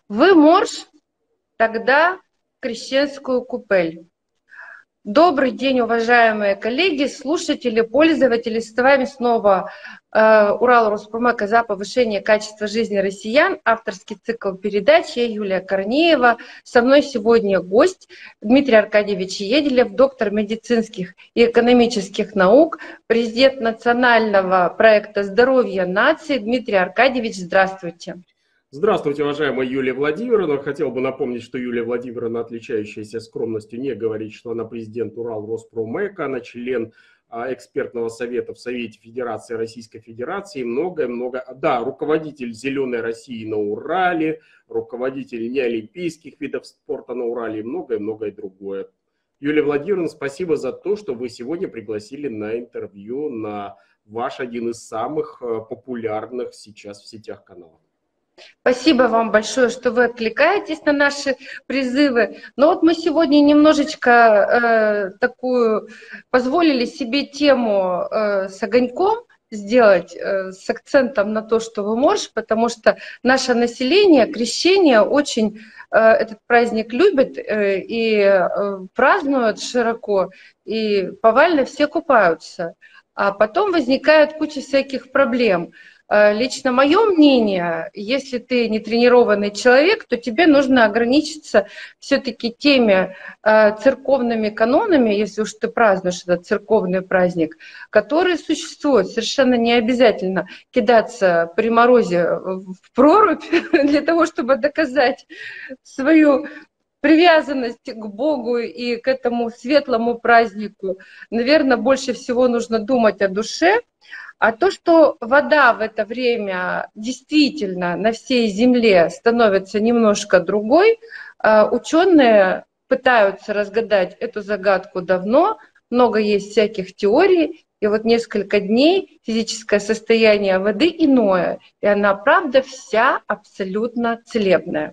Вы морж, тогда крещенскую купель. Добрый день, уважаемые коллеги, слушатели, пользователи. С вами снова Урал Роспромека за повышение качества жизни россиян. Авторский цикл передач. Я Юлия Корнеева. Со мной сегодня гость Дмитрий Аркадьевич Еделев, доктор медицинских и экономических наук, президент национального проекта «Здоровье нации». Дмитрий Аркадьевич, здравствуйте. Здравствуйте, уважаемая Юлия Владимировна. Хотел бы напомнить, что Юлия Владимировна, отличающаяся скромностью, не говорит, что она президент Урал Роспромека, она член экспертного совета в Совете Федерации Российской Федерации, да, руководитель «Зеленой России» на Урале, руководитель неолимпийских видов спорта на Урале и многое-многое другое. Юлия Владимировна, спасибо за то, что вы сегодня пригласили на интервью на ваш один из самых популярных сейчас в сетях каналов. Спасибо вам большое, что вы откликаетесь на наши призывы. Но вот мы сегодня немножечко такую позволили себе тему с огоньком сделать, с акцентом на то, что вы можете, потому что наше население, крещение очень этот праздник любит и празднуют широко, и повально все купаются. А потом возникает куча всяких проблем. Лично мое мнение, если ты не тренированный человек, то тебе нужно ограничиться все-таки теми церковными канонами, если уж ты празднуешь этот церковный праздник, которые существуют. Совершенно не обязательно кидаться при морозе в прорубь для того, чтобы доказать свою привязанность к Богу и к этому светлому празднику. Наверное, больше всего нужно думать о душе. А то, что вода в это время действительно на всей Земле становится немножко другой, ученые пытаются разгадать эту загадку давно, много есть всяких теорий, и вот несколько дней физическое состояние воды иное, и она, правда, вся абсолютно целебная.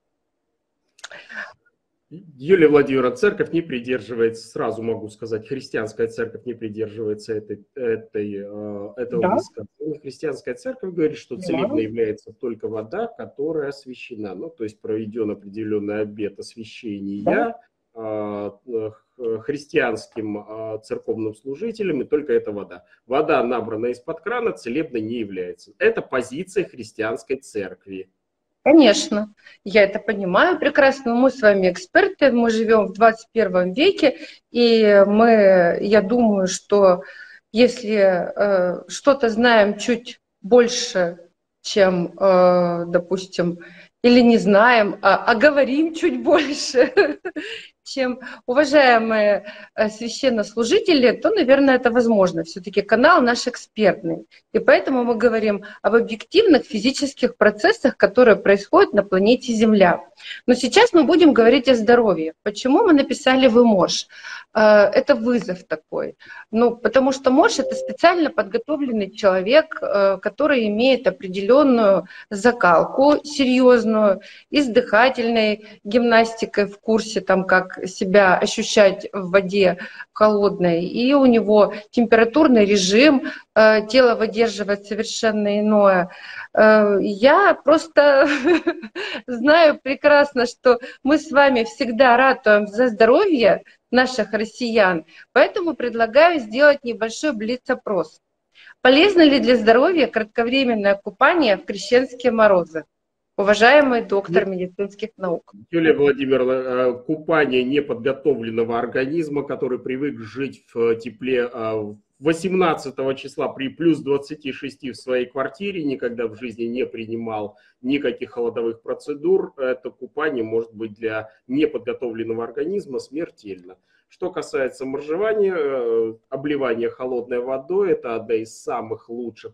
Юлия Владимировна, церковь не придерживается, сразу могу сказать, христианская церковь не придерживается этого Да, высказывания. Христианская церковь говорит, что целебной является только вода, которая освящена. Ну, то есть проведен определенный обет освящения христианским церковным служителям, и только эта вода. Вода, набранная из-под крана, целебной не является. Это позиция христианской церкви. конечно, я это понимаю прекрасно. Мы с вами эксперты, мы живем в 21 веке, и я думаю, что если что-то знаем чуть больше, чем, допустим, или не знаем, а говорим чуть больше, чем уважаемые священнослужители, то, наверное, это возможно. Все-таки канал наш экспертный. И поэтому мы говорим об объективных физических процессах, которые происходят на планете Земля. Но сейчас мы будем говорить о здоровье. Почему мы написали «Вы морж»? Это вызов такой. Ну, потому что морж — это специально подготовленный человек, который имеет определенную закалку серьезную, и с дыхательной гимнастикой в курсе, там, как себя ощущать в воде холодной, и у него температурный режим, тело выдерживает совершенно иное. Я просто знаю прекрасно, что мы с вами всегда ратуем за здоровье наших россиян, поэтому предлагаю сделать небольшой блиц-опрос. Полезно ли для здоровья кратковременное купание в крещенские морозы? Уважаемый доктор медицинских наук. Юлия Владимировна, купание неподготовленного организма, который привык жить в тепле 18 числа при плюс 26 в своей квартире, никогда в жизни не принимал никаких холодовых процедур, это купание может быть для неподготовленного организма смертельно. Что касается моржевания, обливание холодной водой, это одно из самых лучших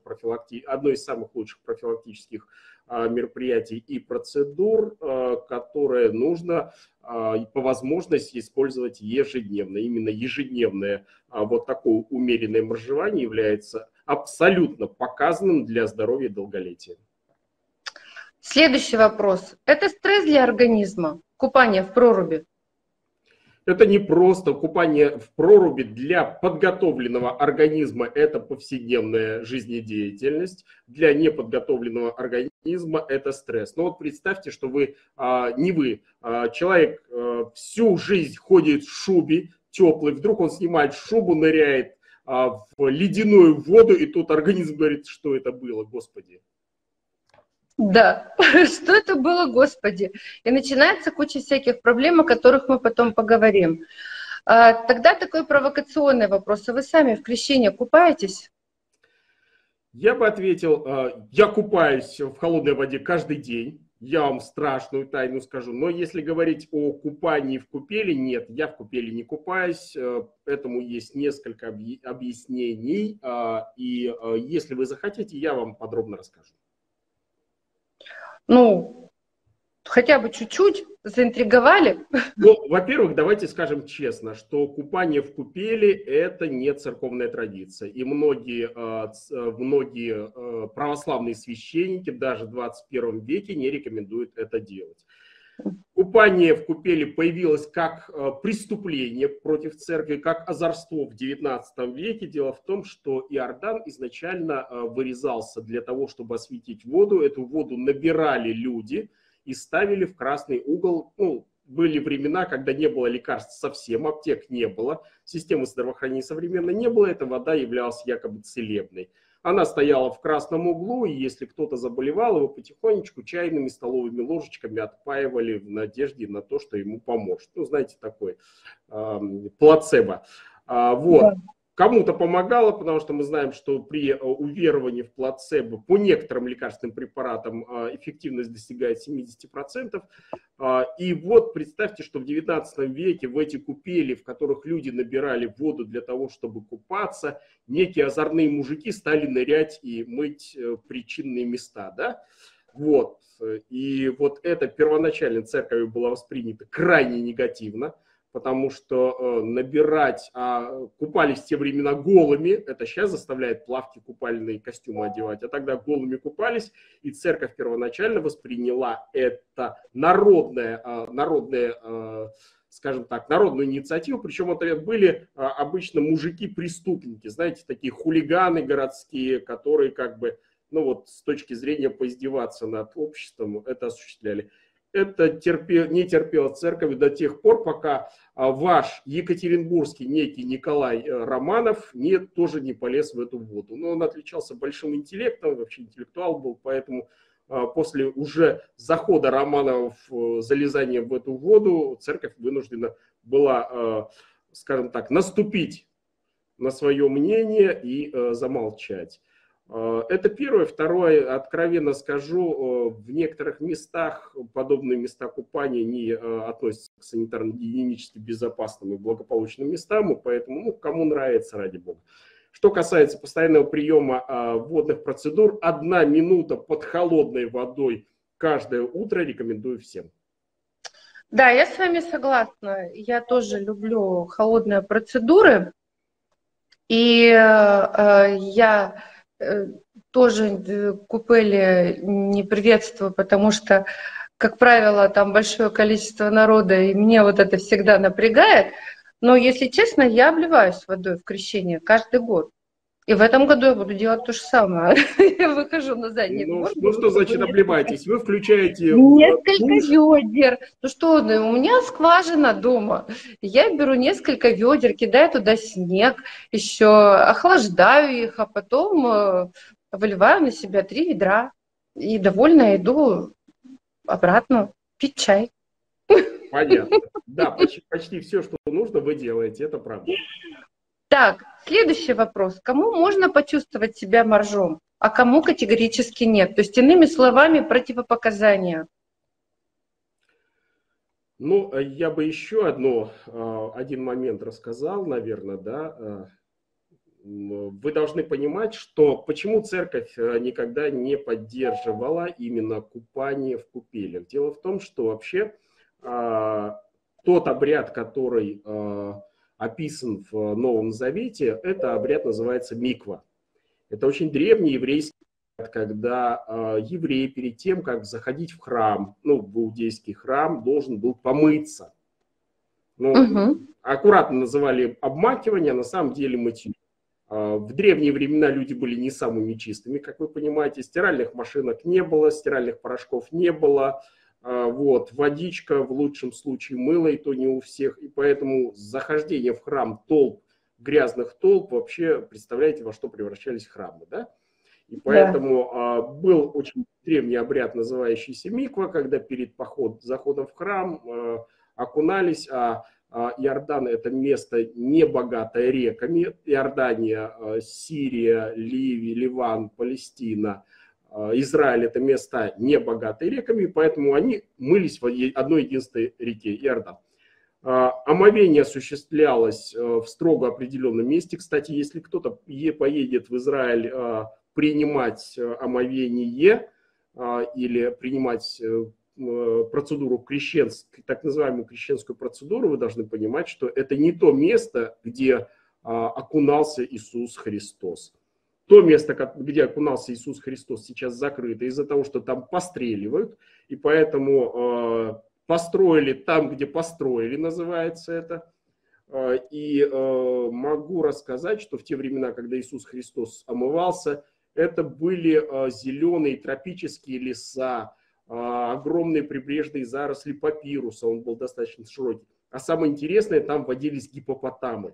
профилактических мероприятий и процедур, которые нужно по возможности использовать ежедневно. Именно ежедневное вот такое умеренное моржевание является абсолютно показанным для здоровья и долголетия. Следующий вопрос. Это стресс для организма? Купание в проруби? Это не просто купание в проруби для подготовленного организма, это повседневная жизнедеятельность. Для неподготовленного организма это стресс. Но вот представьте, что человек всю жизнь ходит в шубе теплый, вдруг он снимает шубу, ныряет в ледяную воду, и тут организм говорит, что это было, Господи. Да, что это было, Господи? И начинается куча всяких проблем, о которых мы потом поговорим. Тогда такой провокационный вопрос. А вы сами в крещении купаетесь? Я бы ответил, я купаюсь в холодной воде каждый день. Я вам страшную тайну скажу. Но если говорить о купании в купели, нет, я в купели не купаюсь. Этому есть несколько объяснений. И если вы захотите, я вам подробно расскажу. Ну, хотя бы чуть-чуть заинтриговали. Ну, во-первых, давайте скажем честно, что купание в купели – это не церковная традиция. И многие православные священники даже в 21 веке не рекомендуют это делать. Купание в купели появилось как преступление против церкви, как озорство в XIX веке. Дело в том, что Иордан изначально вырезался для того, чтобы осветить воду. Эту воду набирали люди и ставили в красный угол. Ну, были времена, когда не было лекарств совсем, аптек не было, системы здравоохранения современной не было, эта вода являлась якобы целебной. Она стояла в красном углу, и если кто-то заболевал, его потихонечку чайными столовыми ложечками отпаивали в надежде на то, что ему поможет. Ну, знаете, такой плацебо. Вот. Да. Кому-то помогало, потому что мы знаем, что при уверовании в плацебо по некоторым лекарственным препаратам эффективность достигает 70%. И вот представьте, что в XIX веке в эти купели, в которых люди набирали воду для того, чтобы купаться, некие озорные мужики стали нырять и мыть причинные места. Да? Вот. И вот это первоначально церковью было воспринято крайне негативно. Потому что набирать, купались в те времена голыми, это сейчас заставляет плавки, купальные костюмы одевать, а тогда голыми купались, и церковь первоначально восприняла это скажем так, народную инициативу, причем это были обычно мужики-преступники, знаете, такие хулиганы городские, которые как бы, ну вот с точки зрения поиздеваться над обществом это осуществляли. Это не терпела церковь до тех пор, пока ваш екатеринбургский некий Николай Романов тоже не полез в эту воду. Но он отличался большим интеллектом, вообще интеллектуал был, поэтому после уже захода Романова в залезание в эту воду церковь вынуждена была, скажем так, наступить на свое мнение и замолчать. Это первое. Второе, откровенно скажу, в некоторых местах подобные места купания не относятся к санитарно-гигиенически безопасным и благополучным местам, и поэтому, кому нравится, ради бога. Что касается постоянного приема водных процедур, 1 минута под холодной водой каждое утро рекомендую всем. Да, я с вами согласна. Я тоже люблю холодные процедуры, и я тоже купели не приветствую, потому что, как правило, там большое количество народа, и мне вот это всегда напрягает. Но, если честно, я обливаюсь водой в крещение каждый год. И в этом году я буду делать то же самое. Я выхожу на задний двор. Ну что значит обливаетесь? Вы включаете несколько ведер. Ну что, у меня скважина дома. Я беру несколько ведер, кидаю туда снег, еще охлаждаю их, а потом выливаю на себя 3 ведра. И довольно иду обратно пить чай. Понятно. Да, почти все, что нужно, вы делаете, это правда. Так, следующий вопрос. Кому можно почувствовать себя моржом, а кому категорически нет? То есть, иными словами, противопоказания. Ну, я бы еще один момент рассказал, наверное, да. Вы должны понимать, что почему церковь никогда не поддерживала именно купание в купелях. Дело в том, что вообще тот обряд, который описан в Новом Завете, это обряд называется миква. Это очень древний еврейский обряд, когда еврей перед тем, как заходить в храм, ну, в иудейский храм, должен был помыться. Ну, аккуратно называли обмакивание, а на самом деле мытье. В древние времена люди были не самыми чистыми, как вы понимаете. Стиральных машинок не было, стиральных порошков не было. Вот, водичка в лучшем случае мыло, и то не у всех. И поэтому захождение в храм толп, грязных толп, вообще, представляете, во что превращались храмы, да? И поэтому был очень древний обряд, называющийся миква, когда перед заходом в храм окунались, Иордан – это место небогатое реками. Иордания, Сирия, Ливия, Ливан, Палестина, Израиль – это места небогатые реками, поэтому они мылись в одной единственной реке – Иордан. Омовение осуществлялось в строго определенном месте. Кстати, если кто-то поедет в Израиль принимать омовение или принимать процедуру так называемую крещенскую процедуру, вы должны понимать, что это не то место, где окунался Иисус Христос. То место, где окунался Иисус Христос, сейчас закрыто из-за того, что там постреливают, и поэтому построили там, где построили, называется это. И могу рассказать, что в те времена, когда Иисус Христос омывался, это были зеленые тропические леса, огромные прибрежные заросли папируса, он был достаточно широкий. А самое интересное, там водились гиппопотамы.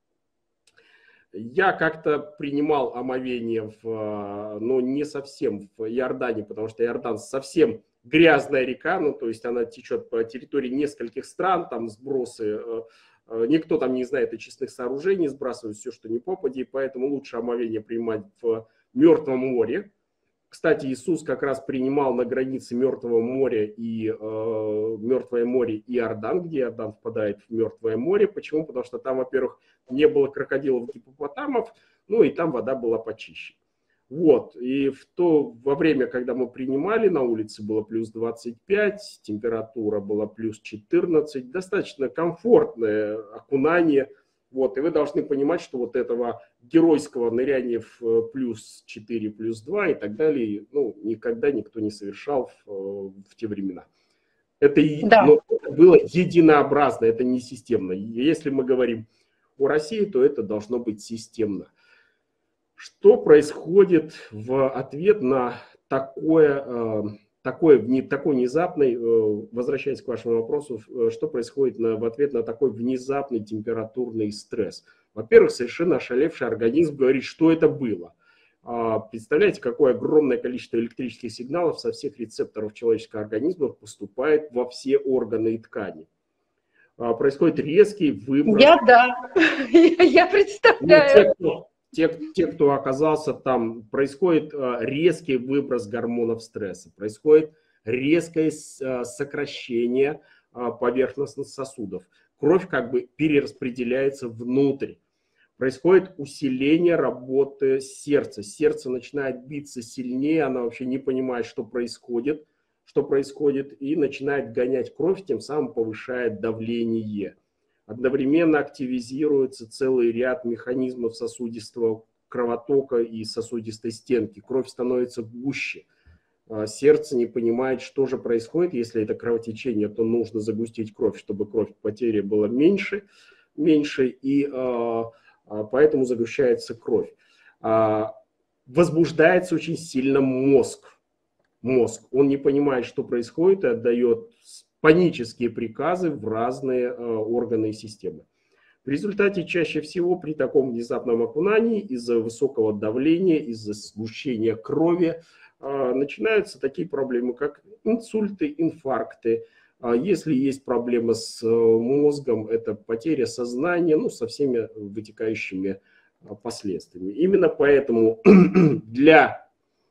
Я как-то принимал омовение, но не совсем в Иордане, потому что Иордан совсем грязная река, ну то есть она течет по территории нескольких стран, там сбросы, никто там не знает очистных сооружений, сбрасывают все, что не попади, поэтому лучше омовение принимать в Мертвом море. Кстати, Иисус как раз принимал на границе Мертвого моря и Мертвое море и Иордан, где Иордан впадает в Мертвое море. Почему? Потому что там, во-первых, не было крокодилов, гиппопотамов, ну и там вода была почище. Вот, и во время, когда мы принимали, на улице было плюс 25, температура была плюс 14, достаточно комфортное окунание. Вот, и вы должны понимать, что вот этого геройского ныряния в плюс 4, плюс 2 и так далее, ну, никогда никто не совершал в те времена. Это было единообразно, это не системно. Если мы говорим о России, то это должно быть системно. Что происходит в ответ на такой внезапный, возвращаясь к вашему вопросу, что происходит в ответ на такой внезапный температурный стресс? Во-первых, совершенно ошалевший организм говорит, что это было. Представляете, какое огромное количество электрических сигналов со всех рецепторов человеческого организма поступает во все органы и ткани. Происходит резкий выброс. Я представляю. Те, кто оказался там, происходит резкий выброс гормонов стресса, происходит резкое сокращение поверхностных сосудов. Кровь как бы перераспределяется внутрь. Происходит усиление работы сердца. Сердце начинает биться сильнее, она вообще не понимает, что происходит, и начинает гонять кровь, тем самым повышает давление. Одновременно активизируется целый ряд механизмов сосудистого кровотока и сосудистой стенки. Кровь становится гуще. Сердце не понимает, что же происходит. Если это кровотечение, то нужно загустить кровь, чтобы кровь потери была меньше, и поэтому загущается кровь. Возбуждается очень сильно мозг. Он не понимает, что происходит, и отдает панические приказы в разные органы и системы. В результате чаще всего при таком внезапном окунании из-за высокого давления, из-за сгущения крови начинаются такие проблемы, как инсульты, инфаркты. Если есть проблемы с мозгом, это потеря сознания, ну, со всеми вытекающими последствиями. Именно поэтому для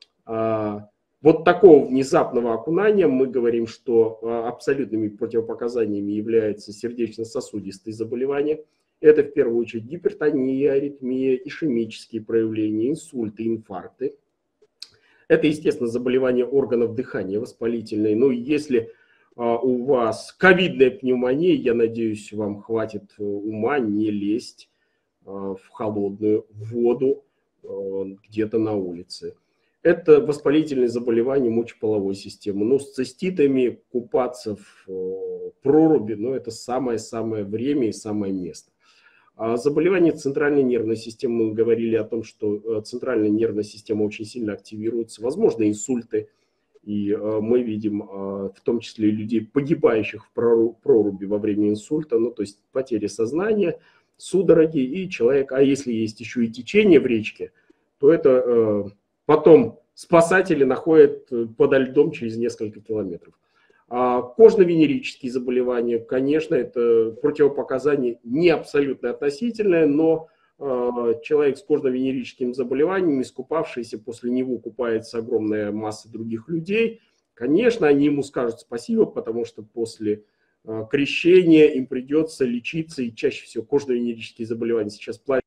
вот такого внезапного окунания мы говорим, что абсолютными противопоказаниями являются сердечно-сосудистые заболевания. Это в первую очередь гипертония, аритмия, ишемические проявления, инсульты, инфаркты. Это, естественно, заболевания органов дыхания, воспалительные. Ну, если у вас ковидная пневмония, я надеюсь, вам хватит ума не лезть в холодную воду где-то на улице. Это воспалительные заболевания мочеполовой системы. Ну, с циститами купаться в проруби, ну, это самое-самое время и самое место. Заболевания центральной нервной системы, мы говорили о том, что центральная нервная система очень сильно активируется. Возможно, инсульты. И мы видим в том числе людей, погибающих в проруби во время инсульта, ну, то есть потери сознания, судороги, и человек, а если есть еще и течение в речке, то это потом спасатели находят подо льдом через несколько километров. Кожно-венерические заболевания, конечно, это противопоказание не абсолютно относительное, но человек с кожно-венерическим заболеванием, искупавшийся, после него купается огромная масса других людей, конечно, они ему скажут спасибо, потому что после крещения им придется лечиться, и чаще всего кожно-венерические заболевания сейчас платят,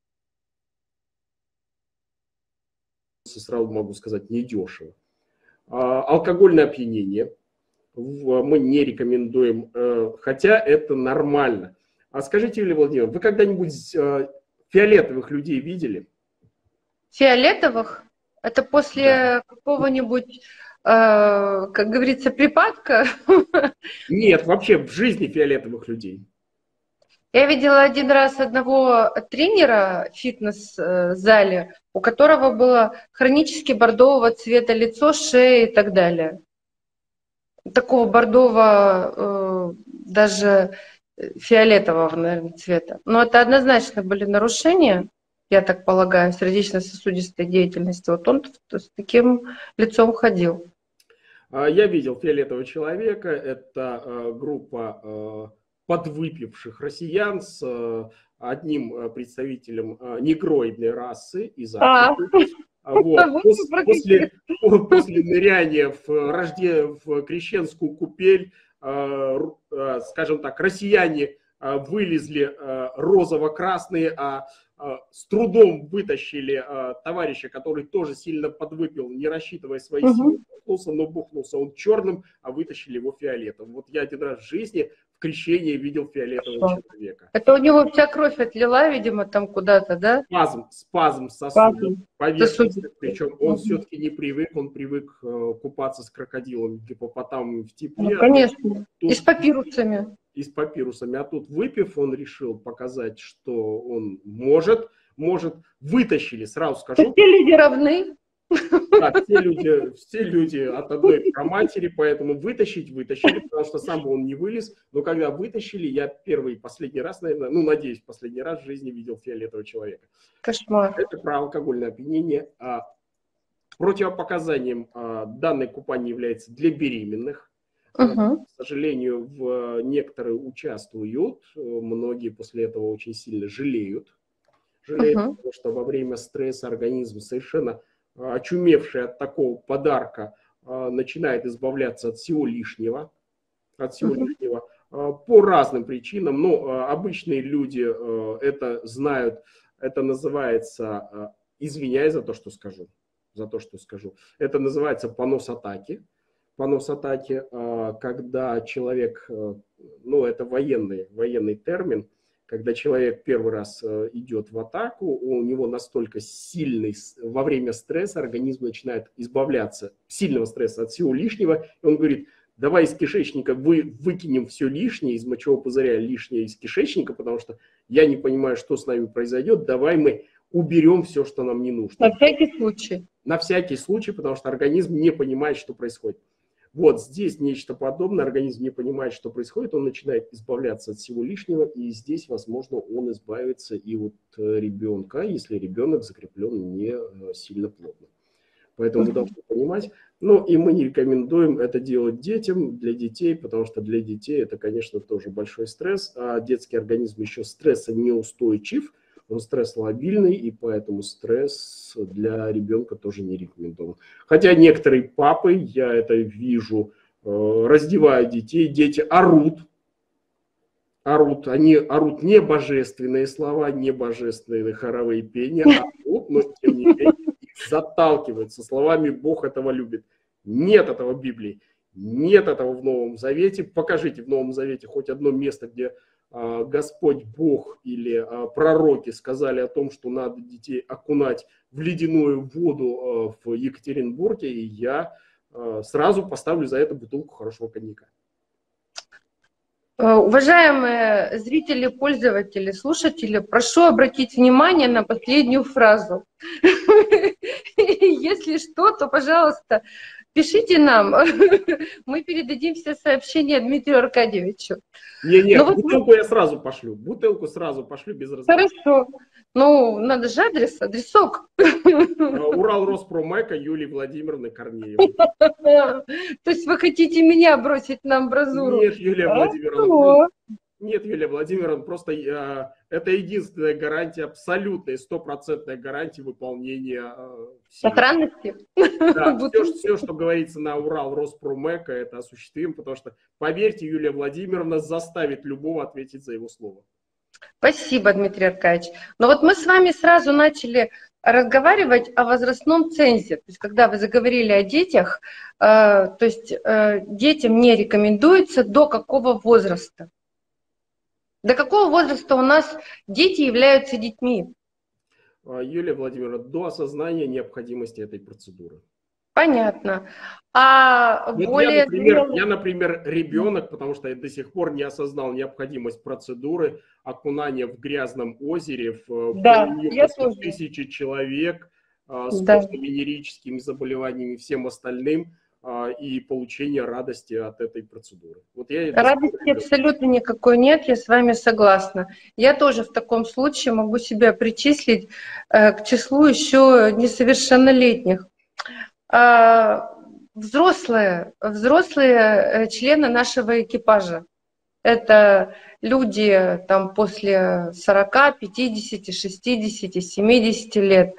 сразу могу сказать, недешево. Алкогольное опьянение мы не рекомендуем, хотя это нормально. А скажите, Юлия Владимировна, вы когда-нибудь фиолетовых людей видели? Фиолетовых? Это после какого-нибудь, как говорится, припадка? Нет, вообще в жизни фиолетовых людей. Я видела один раз одного тренера в фитнес-зале, у которого было хронически бордового цвета лицо, шея и так далее. Такого бордового, даже фиолетового, наверное, цвета. Но это однозначно были нарушения, я так полагаю, сердечно-сосудистой деятельности. Вот он с таким лицом ходил. Я видел фиолетового человека. Это группа подвыпивших россиян с одним представителем негроидной расы из Африки. Вот. После ныряния в крещенскую купель, скажем так, россияне вылезли розово-красные, с трудом вытащили товарища, который тоже сильно подвыпил, не рассчитывая свои силы, но бухнулся он черным, а вытащили его фиолетовым. Вот я один раз в жизни в крещении видел фиолетового человека. Это у него вся кровь отлила, видимо, там куда-то, да? Спазм сосудов. Причем он все-таки не привык, он привык купаться с крокодилами, гиппопотамами в тепле. Ну, конечно, и с папирусами. И с папирусами. А тут, выпив, он решил показать, что он может. Вытащили, сразу скажу. Все люди равны. Да, все люди от одной праматери, поэтому вытащили, потому что сам он не вылез. Но когда вытащили, я первый и последний раз, наверное, надеюсь, последний раз в жизни видел фиолетового человека. Кошмар. Это про алкогольное опьянение. Противопоказанием данное купание является для беременных. К сожалению, некоторые участвуют, многие после этого очень сильно жалеют, потому что во время стресса организм, совершенно очумевший от такого подарка, начинает избавляться от всего лишнего, по разным причинам. Но обычные люди это знают, это называется, извиняюсь за то, что скажу, это называется понос-атаки. Понос-атаки, когда человек, это военный термин, когда человек первый раз идет в атаку, у него настолько сильный, во время стресса организм начинает избавляться, сильного стресса, от всего лишнего, и он говорит: давай из кишечника выкинем все лишнее, из мочевого пузыря лишнее из кишечника, потому что я не понимаю, что с нами произойдет, давай мы уберем все, что нам не нужно. На всякий случай. На всякий случай, потому что организм не понимает, что происходит. Вот здесь нечто подобное, организм не понимает, что происходит, он начинает избавляться от всего лишнего, и здесь, возможно, он избавится и от ребенка, если ребенок закреплен не сильно плотно. Поэтому вы должны понимать. И мы не рекомендуем это делать детям, для детей, потому что для детей это, конечно, тоже большой стресс, а детский организм еще стрессонеустойчив, он стресс-лобильный, и поэтому стресс для ребенка тоже не рекомендован. Хотя некоторые папы, я это вижу, раздевают детей, дети орут, они орут не божественные слова, не божественные хоровые пения, орут, но тем не менее их заталкивают со словами «Бог этого любит». Нет этого в Библии, нет этого в Новом Завете. Покажите в Новом Завете хоть одно место, где Господь Бог или пророки сказали о том, что надо детей окунать в ледяную воду в Екатеринбурге, и я сразу поставлю за это бутылку хорошего коньяка. Уважаемые зрители, пользователи, слушатели, прошу обратить внимание на последнюю фразу. Если что, то, пожалуйста, пишите нам. Мы передадим все сообщения Дмитрию Аркадьевичу. Не, бутылку я сразу пошлю. Бутылку сразу пошлю без разговора. Хорошо. Ну, надо же адресок. Урал Роспромека Юлии Владимировны Корнеевой. То есть вы хотите меня бросить на амбразуру? Нет, Юлия Владимировна. Нет, Юлия Владимировна, просто это единственная гарантия, абсолютная, стопроцентная гарантия выполнения сохранности. Да, все, что говорится на Урал Роспромека, это осуществим, потому что, поверьте, Юлия Владимировна заставит любого ответить за его слово. Спасибо, Дмитрий Аркадьевич. Но вот мы с вами сразу начали разговаривать о возрастном цензе. То есть, когда вы заговорили о детях, то есть детям не рекомендуется до какого возраста? До какого возраста у нас дети являются детьми? Юлия Владимировна, до осознания необходимости этой процедуры. Понятно. А вот более... я, например, ребенок, потому что я до сих пор не осознал необходимость процедуры окунания в грязном озере в тысячи человек с кожно-венерическими заболеваниями и всем остальным, и получения радости от этой процедуры. Вот радости абсолютно никакой нет, я с вами согласна. Я тоже в таком случае могу себя причислить к числу еще несовершеннолетних. Взрослые члены нашего экипажа. Это люди там после 40, 50, 60, 70 лет.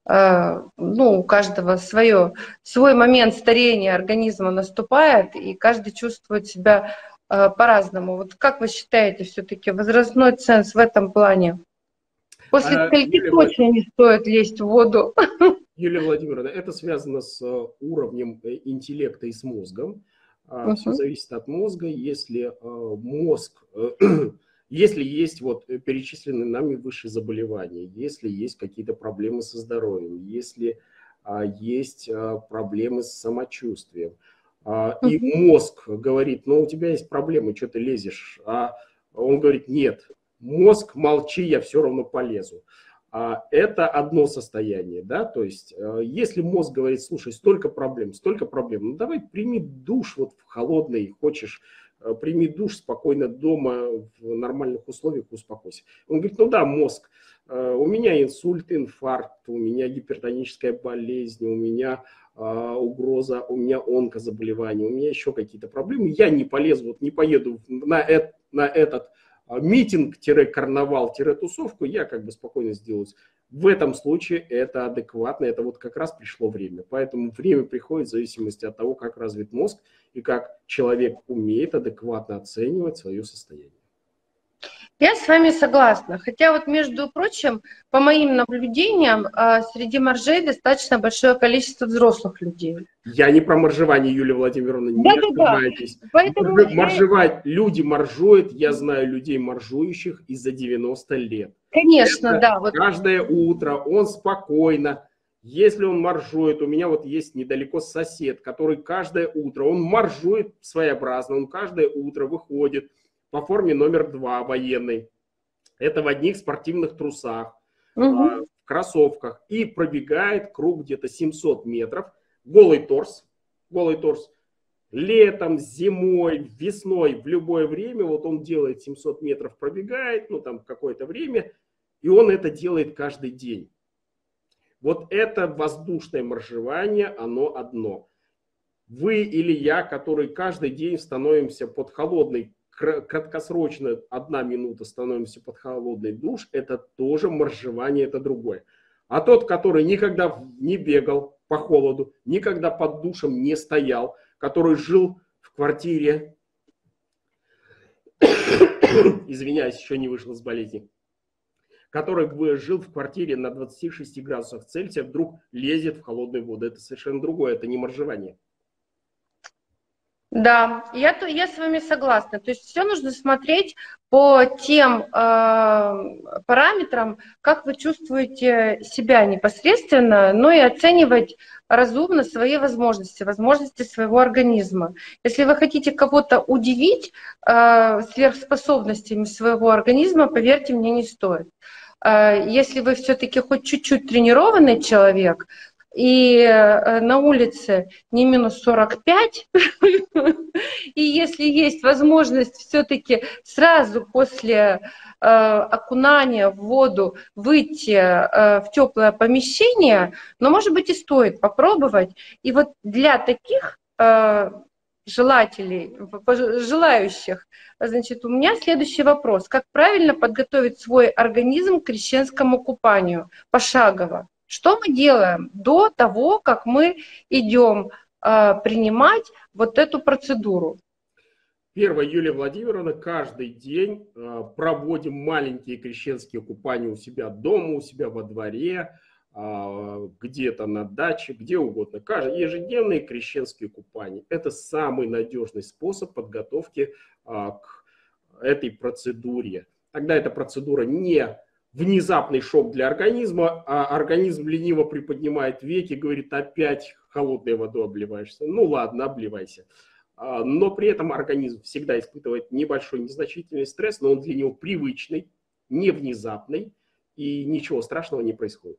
Ну, у каждого свой момент старения организма наступает, и каждый чувствует себя по-разному. Вот как вы считаете, все-таки возрастной ценз в этом плане? После скольки точно не стоит лезть в воду? Юлия Владимировна, это связано с уровнем интеллекта и с мозгом. Все зависит от мозга. Если мозг, если есть вот перечисленные нами выше заболевания, если есть какие-то проблемы со здоровьем, если есть проблемы с самочувствием, и мозг говорит, ну у тебя есть проблемы, что ты лезешь, а он говорит, нет, мозг, молчи, я все равно полезу. Это одно состояние, да, то есть если мозг говорит, слушай, столько проблем, ну давай прими душ вот в холодный, хочешь, прими душ спокойно дома в нормальных условиях, успокойся. Он говорит, ну да, мозг, у меня инсульт, инфаркт, у меня гипертоническая болезнь, у меня угроза, у меня онкозаболевание, у меня еще какие-то проблемы, я не полезу, вот не поеду на этот митинг-карнавал-тусовку, я как бы спокойно сделаюсь. В этом случае это адекватно, это вот как раз пришло время. Поэтому время приходит в зависимости от того, как развит мозг и как человек умеет адекватно оценивать свое состояние. Я с вами согласна. Хотя вот, между прочим, по моим наблюдениям, среди моржей достаточно большое количество взрослых людей. Я не про моржевание, Юлия Владимировна, не ошибайтесь. Люди моржуют, я знаю людей моржующих и за 90 лет. Конечно, да. Вот. Каждое утро он спокойно, если он моржует, у меня вот есть недалеко сосед, который каждое утро, он моржует своеобразно, он каждое утро выходит по форме номер 2 военной. Это в одних спортивных трусах, в кроссовках. И пробегает круг где-то 700 метров. Голый торс. Летом, зимой, весной, в любое время. Вот он делает 700 метров, пробегает, ну там какое-то время. И он это делает каждый день. Вот это воздушное моржевание, оно одно. Вы или я, который каждый день становимся под холодный, краткосрочно 1 минута становимся под холодный душ, это тоже моржевание, это другое. А тот, который никогда не бегал по холоду, никогда под душем не стоял, который жил в квартире, извиняюсь, еще не вышел из болезни, который жил в квартире на 26 градусах Цельсия, вдруг лезет в холодную воду. Это совершенно другое, это не моржевание. Да, я с вами согласна. То есть все нужно смотреть по тем параметрам, как вы чувствуете себя непосредственно, но и оценивать разумно свои возможности, возможности своего организма. Если вы хотите кого-то удивить сверхспособностями своего организма, поверьте мне, не стоит. Если вы все-таки хоть чуть-чуть тренированный человек, и на улице не минус 45, и если есть возможность все-таки сразу после окунания в воду выйти в теплое помещение, но, может быть, и стоит попробовать. И вот для таких желателей, желающих, значит, у меня следующий вопрос. Как правильно подготовить свой организм к крещенскому купанию пошагово? Что мы делаем до того, как мы идем принимать вот эту процедуру? Первое, Юлия Владимировна, каждый день проводим маленькие крещенские купания у себя дома, у себя во дворе, где-то на даче, где угодно. Ежедневные крещенские купания – это самый надежный способ подготовки к этой процедуре. Тогда эта процедура не внезапный шок для организма, а организм лениво приподнимает веки, говорит, опять холодной водой обливаешься. Ну ладно, обливайся. Но при этом организм всегда испытывает небольшой, незначительный стресс, но он для него привычный, не внезапный, и ничего страшного не происходит.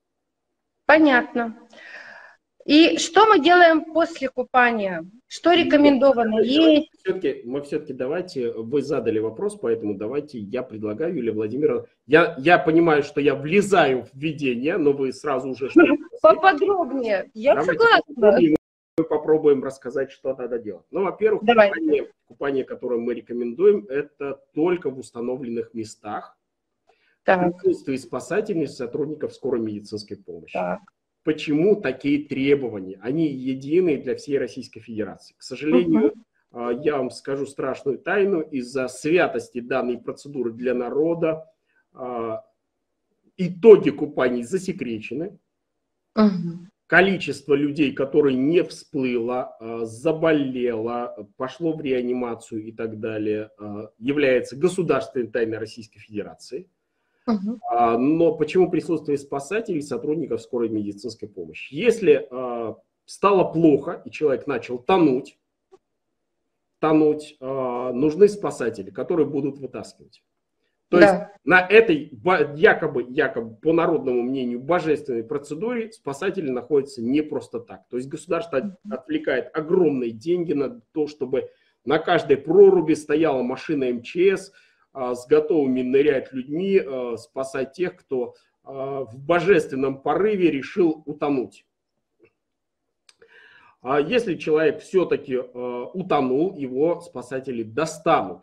Понятно. И что мы делаем после купания? Что рекомендовано есть? Мы все-таки давайте, вы задали вопрос, поэтому давайте я предлагаю, Юлия Владимировна, я понимаю, что я влезаю в введение, но вы сразу уже что-то... Поподробнее. Я согласна. Мы попробуем рассказать, что надо делать. Ну, во-первых, купание, которое мы рекомендуем, это только в установленных местах, в присутствии спасательных сотрудников скорой медицинской помощи. Так. Почему такие требования? Они едины для всей Российской Федерации. К сожалению, я вам скажу страшную тайну, из-за святости данной процедуры для народа итоги купаний засекречены. Количество людей, которые не всплыло, заболело, пошло в реанимацию и так далее, является государственной тайной Российской Федерации. Но почему присутствие спасателей и сотрудников скорой медицинской помощи? Если стало плохо и человек начал тонуть, нужны спасатели, которые будут вытаскивать. То есть на этой якобы по народному мнению божественной процедуре спасатели находятся не просто так. То есть государство отвлекает огромные деньги на то, чтобы на каждой проруби стояла машина МЧС с готовыми нырять людьми, спасать тех, кто в божественном порыве решил утонуть. Если человек все-таки утонул, его спасатели достанут.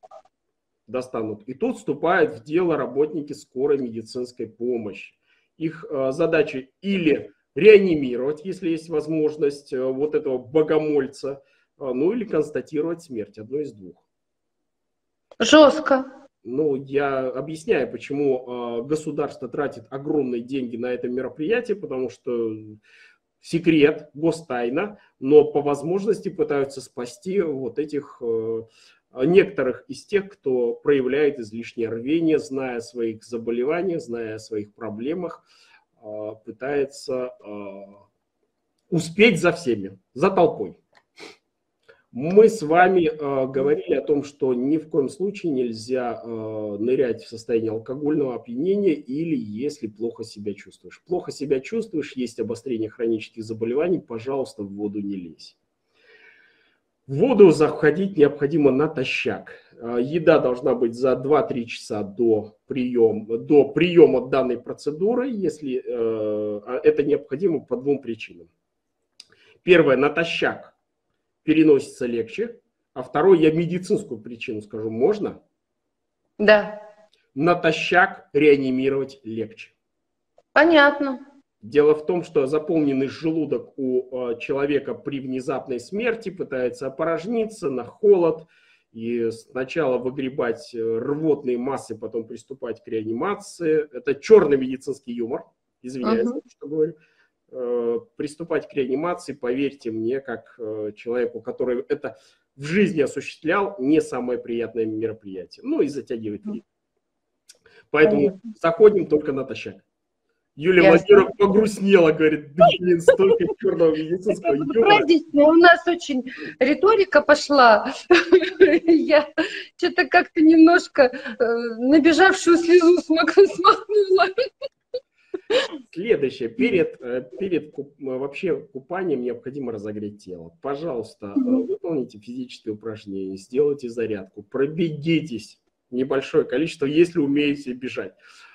И тут вступают в дело работники скорой медицинской помощи. Их задача или реанимировать, если есть возможность, вот этого богомольца, ну или констатировать смерть, одно из двух. Жестко. Ну, я объясняю, почему государство тратит огромные деньги на это мероприятие, потому что секрет, гостайна, но по возможности пытаются спасти вот этих... некоторых из тех, кто проявляет излишнее рвение, зная о своих заболеваниях, зная о своих проблемах, пытается успеть за всеми, за толпой. Мы с вами говорили о том, что ни в коем случае нельзя нырять в состоянии алкогольного опьянения или если плохо себя чувствуешь. Плохо себя чувствуешь, есть обострение хронических заболеваний, пожалуйста, в воду не лезь. В воду заходить необходимо натощак. Еда должна быть за 2-3 часа до приема данной процедуры, если это необходимо по двум причинам. Первое, натощак переносится легче, а второе, я медицинскую причину скажу, можно? Да. Натощак реанимировать легче. Понятно. Дело в том, что заполненный желудок у человека при внезапной смерти пытается опорожниться на холод и сначала выгребать рвотные массы, потом приступать к реанимации. Это черный медицинский юмор, извиняюсь, что говорю. приступать к реанимации, поверьте мне, как человеку, который это в жизни осуществлял, не самое приятное мероприятие. Ну и затягивает время. Поэтому заходим только натощак. Юлия Владимировна погрустнела, говорит, блин, столько черного медицинского юмора. У нас очень риторика пошла. Я что-то как-то немножко набежавшую слезу смахнула. Следующее. Перед вообще купанием необходимо разогреть тело. Пожалуйста, выполните физические упражнения, сделайте зарядку, пробегитесь небольшое количество, если умеете бежать.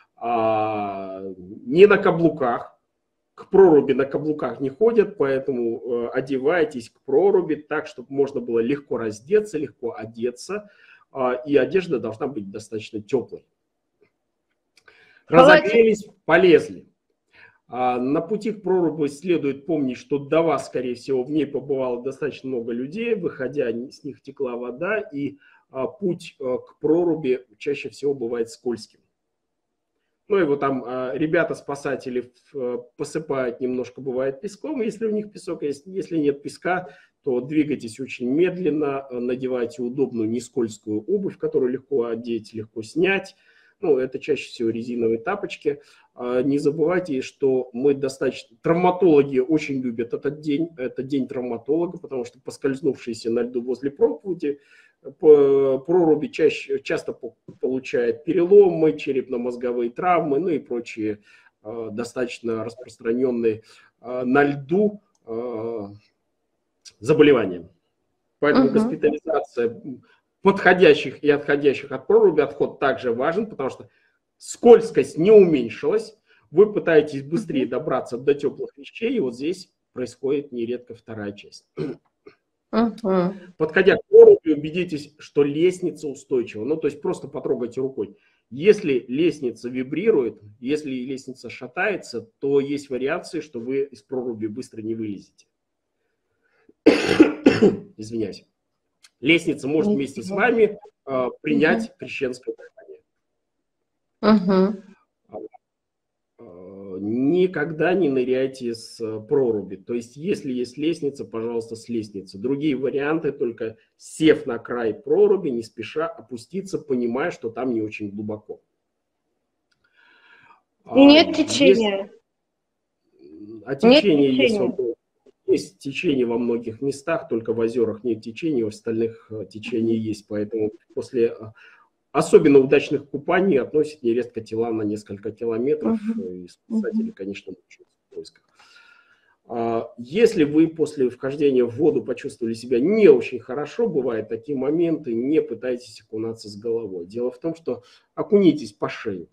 Не на каблуках, к проруби на каблуках не ходят, поэтому одевайтесь к проруби так, чтобы можно было легко раздеться, легко одеться, и одежда должна быть достаточно теплой. Разогрелись, полезли. На пути к проруби следует помнить, что до вас, скорее всего, в ней побывало достаточно много людей, выходя, с них текла вода, и путь к проруби чаще всего бывает скользким. Ну, его там ребята-спасатели посыпают немножко, бывает, песком, если у них песок, если нет песка, то двигайтесь очень медленно, надевайте удобную нескользкую обувь, которую легко одеть, легко снять. Ну, это чаще всего резиновые тапочки. Не забывайте, что мы достаточно... Травматологи очень любят этот день. Это день травматолога, потому что поскользнувшиеся на льду возле проруби часто получают переломы, черепно-мозговые травмы, ну и прочие достаточно распространенные на льду заболевания. Поэтому госпитализация подходящих и отходящих от проруби, отход также важен, потому что скользкость не уменьшилась, вы пытаетесь быстрее добраться до теплых вещей, и вот здесь происходит нередко вторая часть. Подходя к проруби, убедитесь, что лестница устойчива, ну то есть просто потрогайте рукой. Если лестница вибрирует, если лестница шатается, то есть вариации, что вы из проруби быстро не вылезете. Извиняюсь. Лестница может вместе с вами принять крещенское дыхание. Никогда не ныряйте с проруби. То есть, если есть лестница, пожалуйста, с лестницы. Другие варианты, только сев на край проруби, не спеша опуститься, понимая, что там не очень глубоко. Нет течения. Течение есть течение во многих местах, только в озерах нет течения, в остальных течение есть. Поэтому после особенно удачных купаний относят нередко тела на несколько километров. И спасатели, конечно, мучаются в поисках. Если вы после вхождения в воду почувствовали себя не очень хорошо, бывают такие моменты, не пытайтесь окунаться с головой. Дело в том, что окунитесь по шею.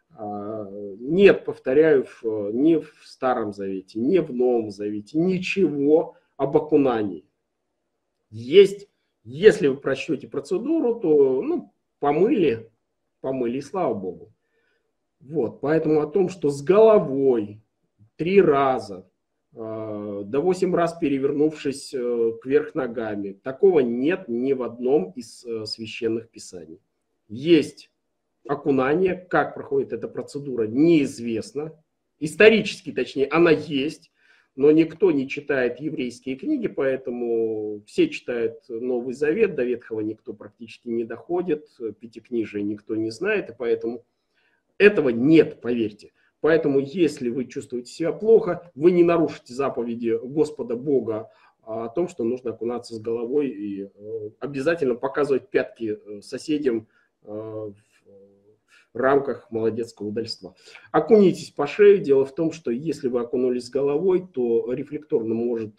Нет, повторяю, ни в Старом Завете, ни в Новом Завете ничего об окунании. Есть, если вы прочтете процедуру, то помыли, и слава Богу. Вот, поэтому о том, что с головой 3 раза, до 8 раз перевернувшись кверх ногами, такого нет ни в одном из священных писаний. Есть окунание, как проходит эта процедура, неизвестно. Исторически, точнее, она есть, но никто не читает еврейские книги, поэтому все читают Новый Завет, до Ветхого никто практически не доходит, Пятикнижие никто не знает, и поэтому этого нет, поверьте. Поэтому, если вы чувствуете себя плохо, вы не нарушите заповеди Господа Бога о том, что нужно окунаться с головой и обязательно показывать пятки соседям в рамках молодецкого удальства. Окунитесь по шее. Дело в том, что если вы окунулись с головой, то рефлекторно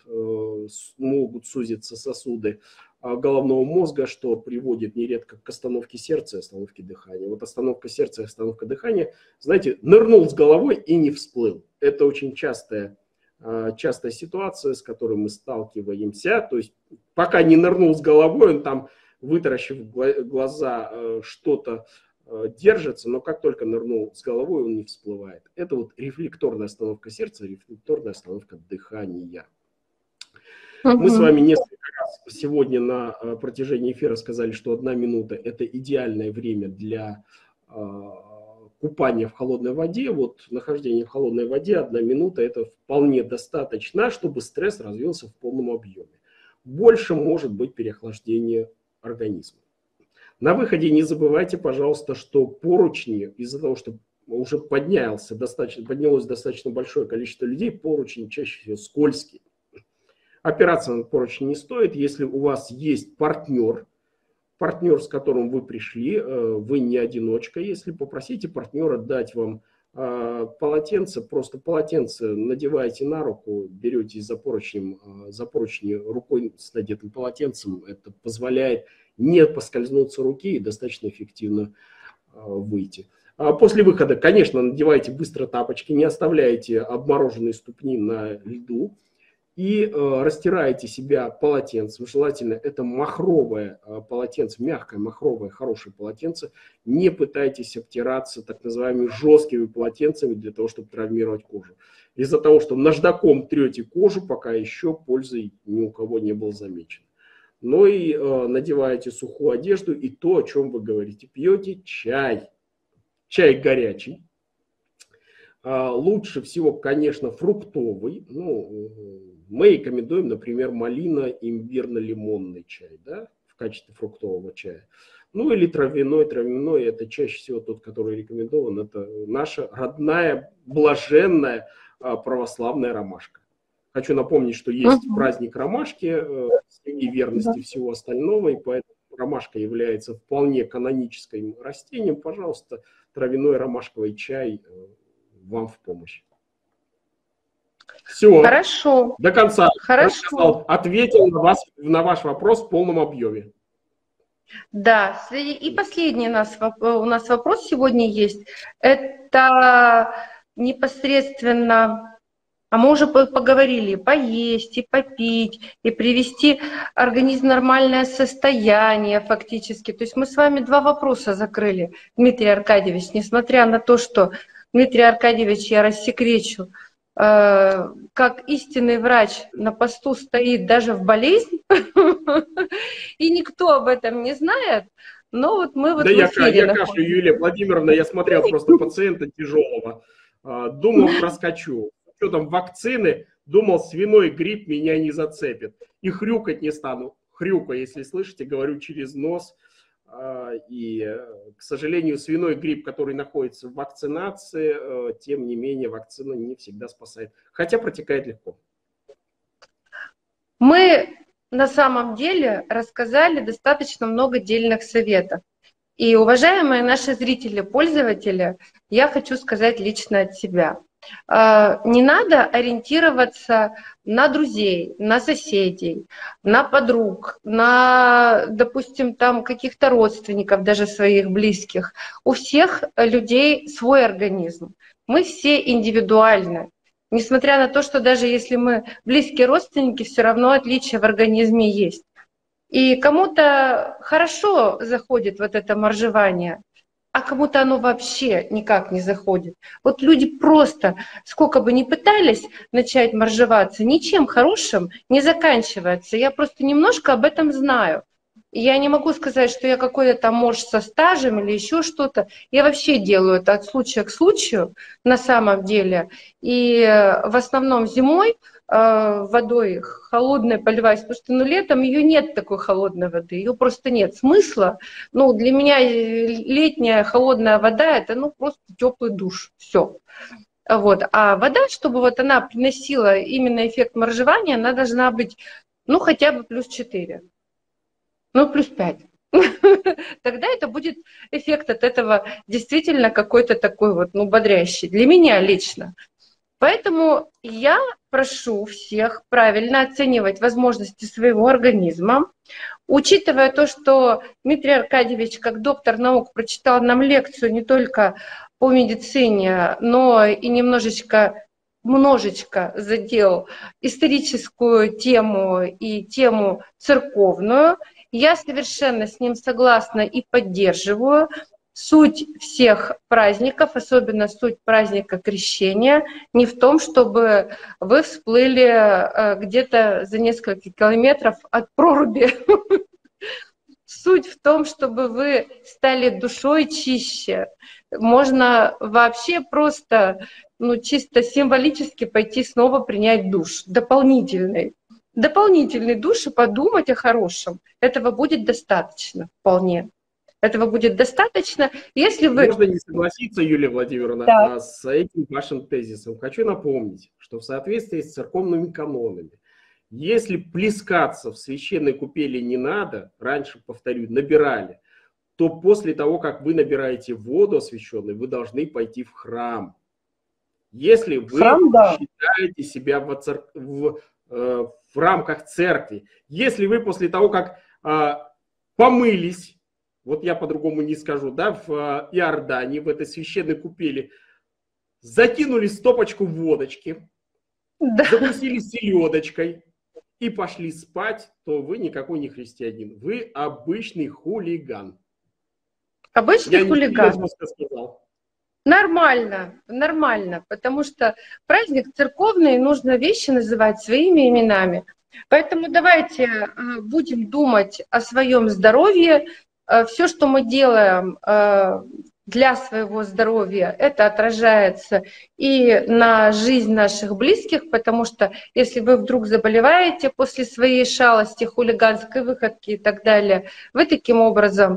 могут сузиться сосуды головного мозга, что приводит нередко к остановке сердца и остановке дыхания. Вот остановка сердца и остановка дыхания, знаете, нырнул с головой и не всплыл. Это очень частая ситуация, с которой мы сталкиваемся. То есть пока не нырнул с головой, он там, вытаращив глаза, что-то держится, но как только нырнул с головой, он не всплывает. Это вот рефлекторная остановка сердца, рефлекторная остановка дыхания. Мы с вами несколько раз сегодня на протяжении эфира сказали, что 1 минута – это идеальное время для купание в холодной воде, вот нахождение в холодной воде 1 минута, это вполне достаточно, чтобы стресс развился в полном объеме. Больше может быть переохлаждение организма. На выходе не забывайте, пожалуйста, что поручни, из-за того, что уже поднялось достаточно большое количество людей, поручни чаще всего скользкие. Опираться на поручни не стоит, если у вас есть партнер, с которым вы пришли, вы не одиночка, если попросите партнера дать вам полотенце, просто полотенце надеваете на руку, берете за поручни рукой с надетым полотенцем, это позволяет не поскользнуться руки и достаточно эффективно выйти. После выхода, конечно, надевайте быстро тапочки, не оставляйте обмороженные ступни на льду и растираете себя полотенцем. Желательно это махровое полотенце, мягкое, махровое, хорошее полотенце. Не пытайтесь обтираться так называемыми жесткими полотенцами для того, чтобы травмировать кожу. Из-за того, что наждаком трете кожу, пока еще пользы ни у кого не было замечено. Но и надеваете сухую одежду и то, о чем вы говорите. Пьете чай. Чай горячий. Лучше всего, конечно, фруктовый. Ну, мы рекомендуем, например, малино-имбирно-лимонный чай, да, в качестве фруктового чая. Ну или травяной. Травяной – это чаще всего тот, который рекомендован. Это наша родная, блаженная православная ромашка. Хочу напомнить, что есть праздник ромашки, среди верности всего остального, и поэтому ромашка является вполне каноническим растением. Пожалуйста, травяной ромашковый чай вам в помощь. Все. Хорошо. До конца. Хорошо. Ответил на ваш вопрос в полном объеме. Да, и последний у нас вопрос сегодня есть. Это непосредственно... А мы уже поговорили, поесть и попить, и привести организм в нормальное состояние фактически. То есть мы с вами 2 вопроса закрыли, Дмитрий Аркадьевич. Несмотря на то, что, Дмитрий Аркадьевич, я рассекречу, как истинный врач на посту стоит даже в болезнь, и никто об этом не знает, но вот мы вот в эфире. Я кашлю, Юлия Владимировна, я смотрел просто пациента тяжелого, думал, проскочу. Что там, вакцины, думал, свиной грипп меня не зацепит. И хрюкать не стану. Хрюкаю, если слышите, говорю через нос. И, к сожалению, свиной грипп, который находится в вакцинации, тем не менее, вакцина не всегда спасает. Хотя протекает легко. Мы на самом деле рассказали достаточно много дельных советов. И, уважаемые наши зрители, пользователи, я хочу сказать лично от себя. Не надо ориентироваться на друзей, на соседей, на подруг, на, допустим, там каких-то родственников, даже своих близких. У всех людей свой организм. Мы все индивидуальны. Несмотря на то, что даже если мы близкие родственники, все равно отличия в организме есть. И кому-то хорошо заходит вот это моржевание, а кому-то оно вообще никак не заходит. Вот люди просто, сколько бы ни пытались начать моржеваться, ничем хорошим не заканчивается. Я просто немножко об этом знаю. Я не могу сказать, что я какой-то там морж со стажем или еще что-то. Я вообще делаю это от случая к случаю на самом деле. И в основном зимой водой холодной поливаюсь, потому что летом ее нет такой холодной воды, ее просто нет смысла. Для меня летняя холодная вода это просто теплый душ, все. Вот. А вода, чтобы вот она приносила именно эффект моржевания, она должна быть хотя бы +4, +5. Тогда это будет эффект от этого действительно какой-то такой бодрящий. Для меня лично. Поэтому я прошу всех правильно оценивать возможности своего организма, учитывая то, что Дмитрий Аркадьевич, как доктор наук, прочитал нам лекцию не только по медицине, но и немножечко задел историческую тему и тему церковную. Я совершенно с ним согласна и поддерживаю. Суть всех праздников, особенно суть праздника Крещения, не в том, чтобы вы всплыли где-то за несколько километров от проруби Суть в том, чтобы вы стали душой чище. Можно вообще просто, ну, чисто символически пойти снова принять душ, дополнительный. Дополнительный душ и подумать о хорошем. Этого будет достаточно вполне. Этого будет достаточно, если вы... Можно не согласиться, Юлия Владимировна, Да. с этим вашим тезисом. Хочу напомнить, что в соответствии с церковными канонами, если плескаться в священной купели не надо, раньше, повторю, набирали, то после того, как вы набираете воду освященную, вы должны пойти в храм. Если вы Храм, да. считаете себя в рамках церкви, если вы после того, как помылись, вот я по-другому не скажу, да, в Иордании, в этой священной купели, закинули стопочку водочки, Да. закусили селедочкой и пошли спать, то вы никакой не христианин. Вы обычный хулиган. Обычный хулиган. Я не сказал. Нормально, нормально, потому что праздник церковный, нужно вещи называть своими именами. Поэтому давайте будем думать о своем здоровье. Все, что мы делаем для своего здоровья, это отражается и на жизнь наших близких, потому что если вы вдруг заболеваете после своей шалости, хулиганской выходки и так далее, вы таким образом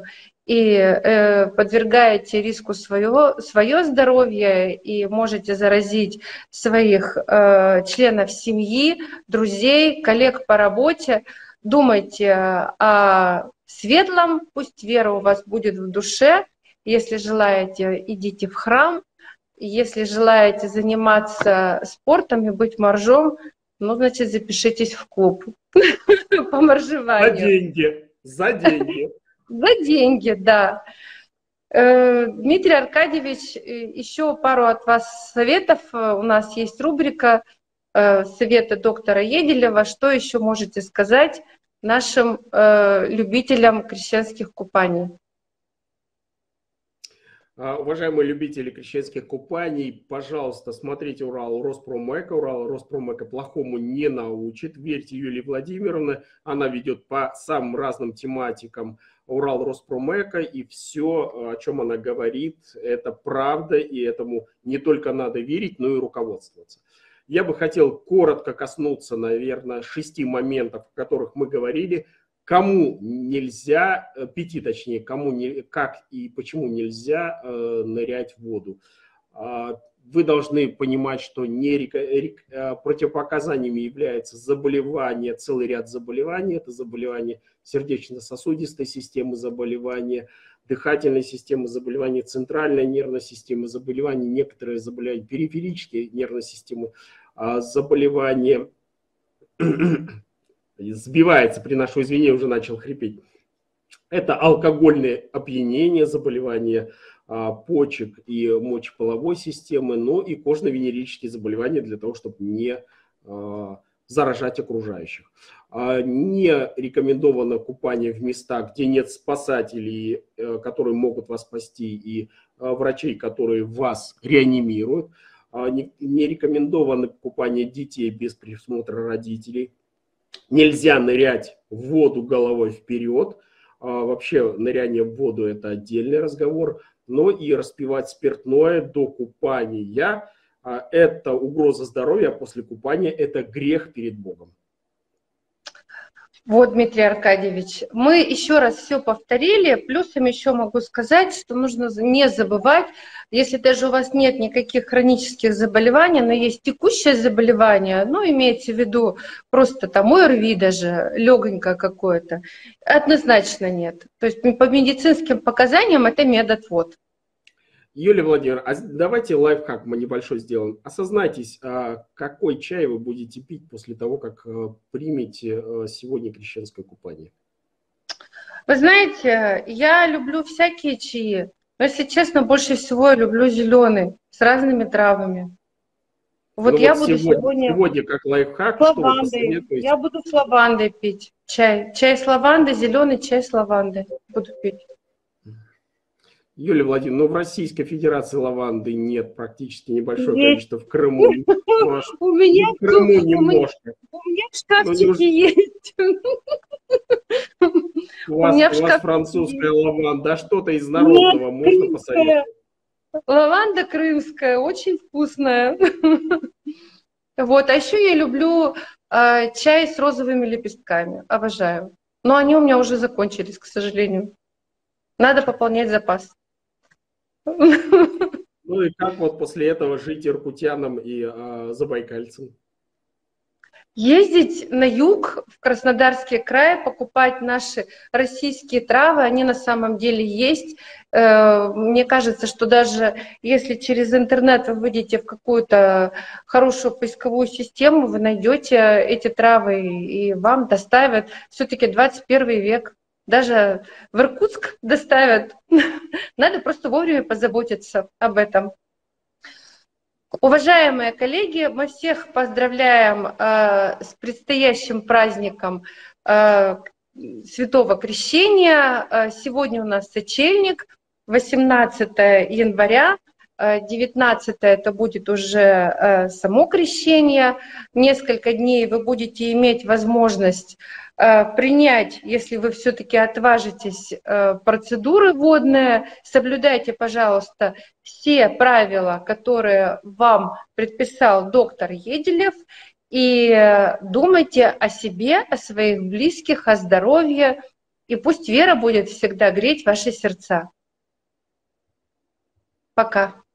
и подвергаете риску свое здоровье и можете заразить своих членов семьи, друзей, коллег по работе. Думайте о светлом, пусть вера у вас будет в душе. Если желаете, идите в храм. Если желаете заниматься спортом и быть моржом, ну, значит, запишитесь в клуб по моржеванию. За деньги, за деньги. За деньги, да. Дмитрий Аркадьевич, еще пару от вас советов. У нас есть рубрика «Советы доктора Еделева». Что еще можете сказать нашим любителям крещенских купаний? Уважаемые любители крещенских купаний, пожалуйста, смотрите Урал Роспромека. Урал Роспромека плохому не научит. Верьте Юлии Владимировне, она ведет по самым разным тематикам Урал Роспромека, и все, о чем она говорит, это правда, и этому не только надо верить, но и руководствоваться. Я бы хотел коротко коснуться, наверное, 6 моментов, о которых мы говорили. Кому нельзя, 5 точнее, как и почему нельзя нырять в воду. Вы должны понимать, что противопоказаниями является заболевание, целый ряд заболеваний. Это заболевания сердечно-сосудистой системы заболевания, дыхательной системы заболевания, центральной нервной системы заболевания, некоторые заболевания периферической нервной системы заболевания. Сбивается, приношу извинения, уже начал хрипеть. Это алкогольное опьянение, заболевания почек и мочеполовой системы, но и кожно-венерические заболевания для того, чтобы не заражать окружающих. Не рекомендовано купание в местах, где нет спасателей, которые могут вас спасти, и врачей, которые вас реанимируют. Не рекомендовано купание детей без присмотра родителей. Нельзя нырять в воду головой вперед. Вообще ныряние в воду – это отдельный разговор. Но и распивать спиртное до купания – это угроза здоровья, а после купания – это грех перед Богом. Вот, Дмитрий Аркадьевич, мы еще раз все повторили, плюсом еще могу сказать, что нужно не забывать, если даже у вас нет никаких хронических заболеваний, но есть текущее заболевание, ну, имеется в виду просто там ОРВИ даже, легонькое какое-то, однозначно нет. То есть по медицинским показаниям это медотвод. Юлия Владимировна, давайте лайфхак мы небольшой сделаем. Осознайтесь, какой чай вы будете пить после того, как примете сегодня крещенское купание. Вы знаете, я люблю всякие чаи, но, если честно, больше всего я люблю зеленый с разными травами. Вот я буду сегодня как лайфхак, с лавандой. Я буду с лавандой пить чай. Чай с лавандой, зеленый чай с лавандой буду пить. Юлия Владимировна, ну в Российской Федерации лаванды нет, практически небольшое количество в Крыму. У меня в Крыму немножко. У меня в шкафчике есть. У меня в У вас шкафу французская лаванда, а что-то из нет, народного можно крымская. посоветовать? Лаванда крымская, очень вкусная. Вот, а еще я люблю чай с розовыми лепестками, обожаю. Но они у меня уже закончились, к сожалению. Надо пополнять запас. Ну и как вот после этого жить иркутянам и забайкальцам? Ездить на юг, в Краснодарский край, покупать наши российские травы, они на самом деле есть. Мне кажется, что даже если через интернет вы выйдете в какую-то хорошую поисковую систему, вы найдете эти травы и вам доставят. Все-таки 21 век. Даже в Иркутск доставят. Надо просто вовремя позаботиться об этом. Уважаемые коллеги, мы всех поздравляем с предстоящим праздником Святого Крещения. Сегодня у нас сочельник, 18 января, 19 это будет уже само крещение. Несколько дней вы будете иметь возможность принять, если вы все-таки отважитесь, процедуры водные. Соблюдайте, пожалуйста, все правила, которые вам предписал доктор Еделев, и думайте о себе, о своих близких, о здоровье, и пусть вера будет всегда греть ваши сердца. Пока.